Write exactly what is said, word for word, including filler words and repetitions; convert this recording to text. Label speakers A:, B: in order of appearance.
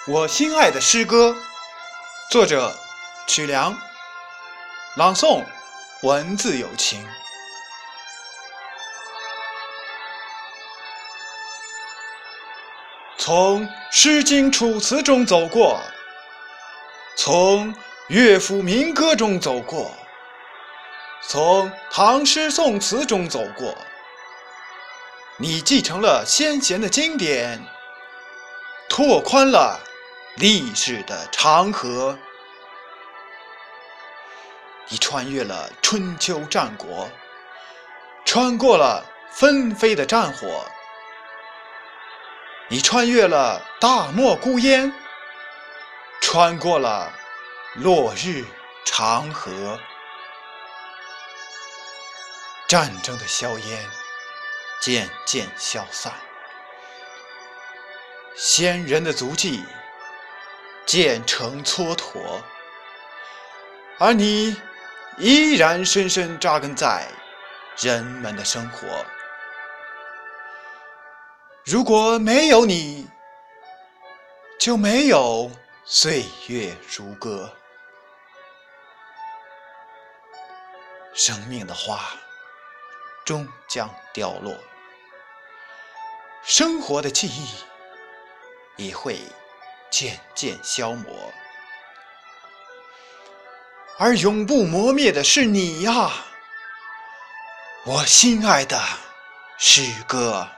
A: 我心爱的诗歌，作者曲梁，朗诵文字有情。从《诗经》《楚辞》中走过，从乐府民歌中走过，从唐诗宋词中走过，你继承了先贤的经典，拓宽了历史的长河。你穿越了春秋战国，穿过了纷飞的战火，你穿越了大漠孤烟，穿过了落日长河。战争的硝烟渐渐消散，先人的足迹渐成蹉跎，而你依然深深扎根在人们的生活。如果没有你，就没有岁月如歌。生命的花终将凋落，生活的记忆也会渐渐消磨，而永不磨灭的是你呀，我心爱的诗歌。